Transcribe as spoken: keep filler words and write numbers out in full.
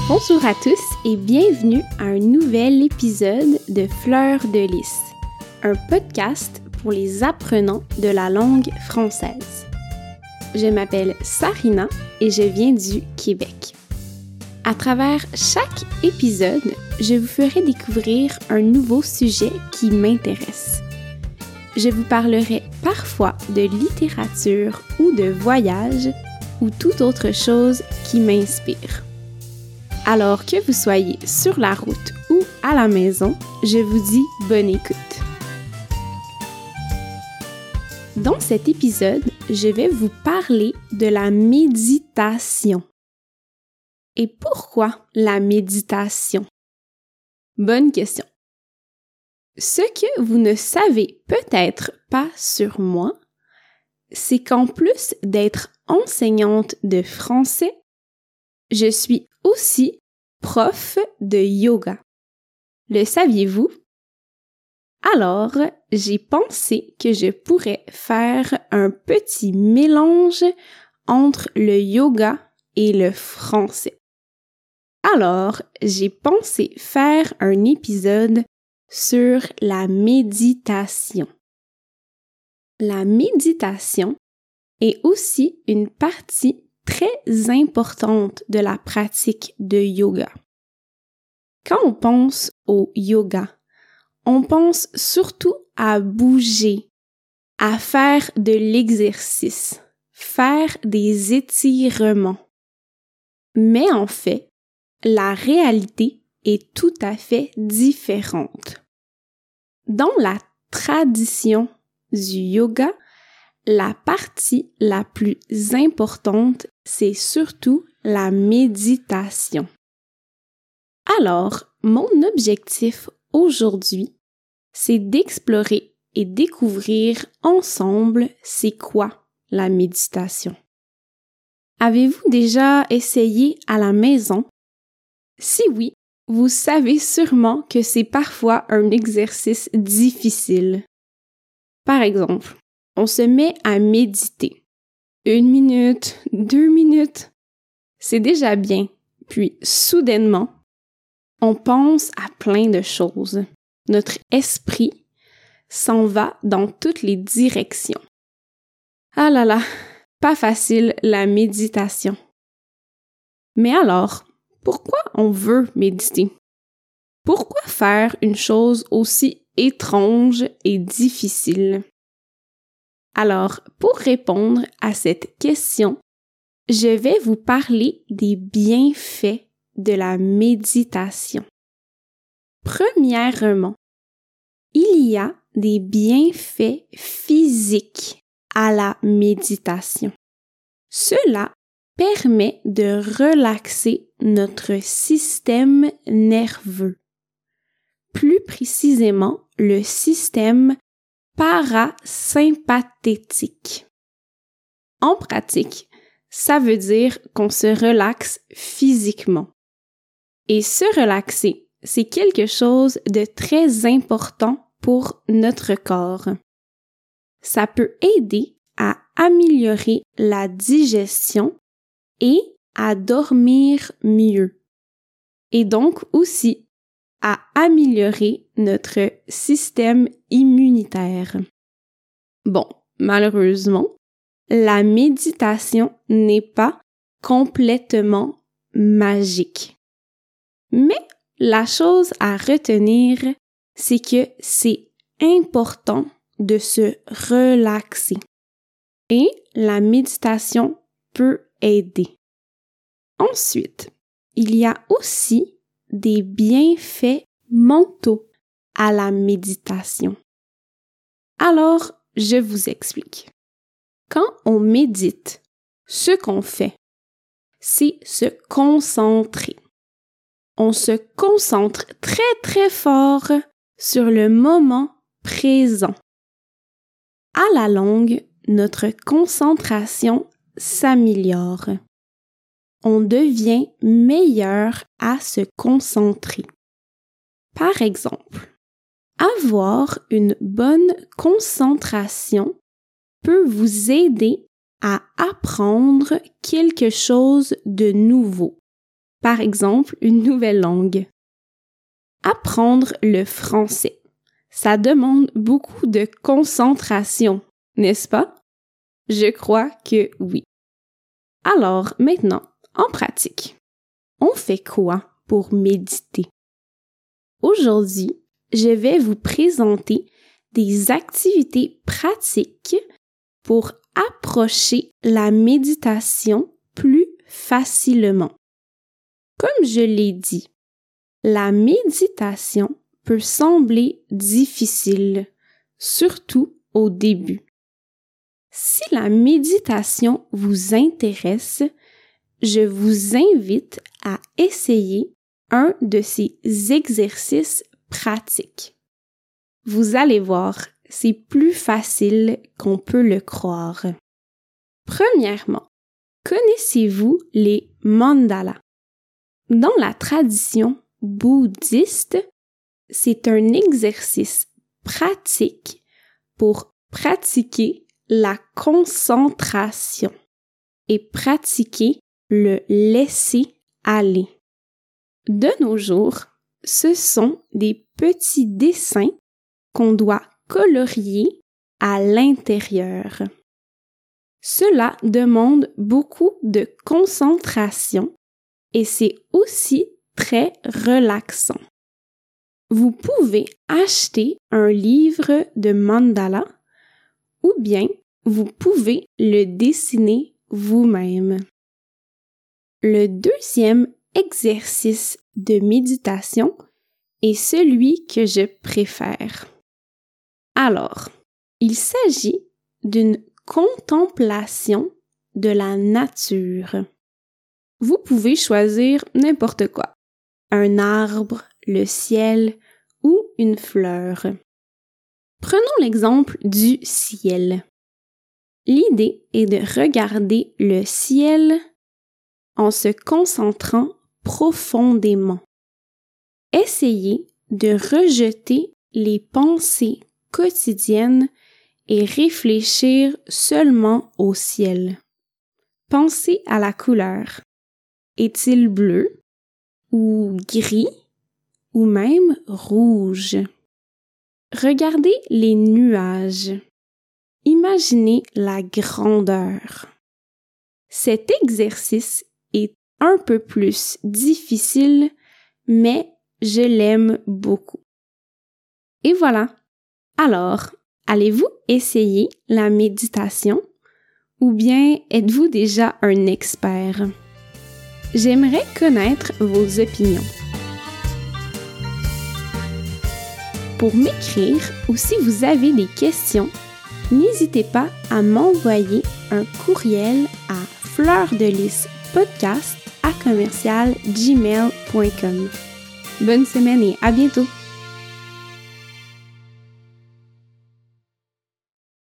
Bonjour à tous et bienvenue à un nouvel épisode de Fleurs de Lys, un podcast pour les apprenants de la langue française. Je m'appelle Sarina et je viens du Québec. À travers chaque épisode, je vous ferai découvrir un nouveau sujet qui m'intéresse. Je vous parlerai parfois de littérature ou de voyage ou toute autre chose qui m'inspire. Alors que vous soyez sur la route ou à la maison, je vous dis bonne écoute. Dans cet épisode, je vais vous parler de la méditation. Et pourquoi la méditation? Bonne question. Ce que vous ne savez peut-être pas sur moi, c'est qu'en plus d'être enseignante de français, je suis aussi prof de yoga. Le saviez-vous? Alors, j'ai pensé que je pourrais faire un petit mélange entre le yoga et le français. Alors, j'ai pensé faire un épisode sur la méditation. La méditation est aussi une partie très importante de la pratique de yoga. Quand on pense au yoga, on pense surtout à bouger, à faire de l'exercice, faire des étirements. Mais en fait, la réalité est tout à fait différente. Dans la tradition du yoga, la partie la plus importante, c'est surtout la méditation. Alors, mon objectif aujourd'hui, c'est d'explorer et découvrir ensemble c'est quoi la méditation. Avez-vous déjà essayé à la maison? Si oui, vous savez sûrement que c'est parfois un exercice difficile. Par exemple, on se met à méditer. Une minute, deux minutes, c'est déjà bien. Puis, soudainement, on pense à plein de choses. Notre esprit s'en va dans toutes les directions. Ah là là, pas facile la méditation. Mais alors, pourquoi on veut méditer? Pourquoi faire une chose aussi étrange et difficile? Alors, pour répondre à cette question, je vais vous parler des bienfaits de la méditation. Premièrement, il y a des bienfaits physiques à la méditation. Cela permet de relaxer notre système nerveux. Plus précisément, le système parasympathétique. En pratique, ça veut dire qu'on se relaxe physiquement. Et se relaxer, c'est quelque chose de très important pour notre corps. Ça peut aider à améliorer la digestion et à dormir mieux. Et donc aussi à améliorer notre système immunitaire. Bon, malheureusement, la méditation n'est pas complètement magique. Mais la chose à retenir, c'est que c'est important de se relaxer. Et la méditation peut aider. Ensuite, il y a aussi des bienfaits mentaux à la méditation. Alors, je vous explique. Quand on médite, ce qu'on fait, c'est se concentrer. On se concentre très très fort sur le moment présent. À la longue, notre concentration s'améliore. On devient meilleur à se concentrer. Par exemple, avoir une bonne concentration peut vous aider à apprendre quelque chose de nouveau. par exemple une nouvelle langue. Apprendre le français, ça demande beaucoup de concentration, n'est-ce pas? Je crois que oui. Alors, maintenant, en pratique, on fait quoi pour méditer? Aujourd'hui, je vais vous présenter des activités pratiques pour approcher la méditation plus facilement. Comme je l'ai dit, la méditation peut sembler difficile, surtout au début. Si la méditation vous intéresse, je vous invite à essayer un de ces exercices pratiques. Vous allez voir, c'est plus facile qu'on peut le croire. Premièrement, connaissez-vous les mandalas? Dans la tradition bouddhiste, c'est un exercice pratique pour pratiquer la concentration et pratiquer le laisser-aller. De nos jours, ce sont des petits dessins qu'on doit colorier à l'intérieur. Cela demande beaucoup de concentration et c'est aussi très relaxant. Vous pouvez acheter un livre de mandala ou bien vous pouvez le dessiner vous-même. Le deuxième exercice de méditation est celui que je préfère. Alors, il s'agit d'une contemplation de la nature. Vous pouvez choisir n'importe quoi, un arbre, le ciel ou une fleur. Prenons l'exemple du ciel. L'idée est de regarder le ciel en se concentrant profondément. Essayez de rejeter les pensées quotidiennes et réfléchir seulement au ciel. Pensez à la couleur. Est-il bleu ou gris ou même rouge? Regardez les nuages. Imaginez la grandeur. Cet exercice est un peu plus difficile, mais je l'aime beaucoup. Et voilà. Alors, allez-vous essayer la méditation ou bien êtes-vous déjà un expert? J'aimerais connaître vos opinions. Pour m'écrire ou si vous avez des questions, n'hésitez pas à m'envoyer un courriel à fleurdelispodcast à commercial gmail point com. Bonne semaine et à bientôt!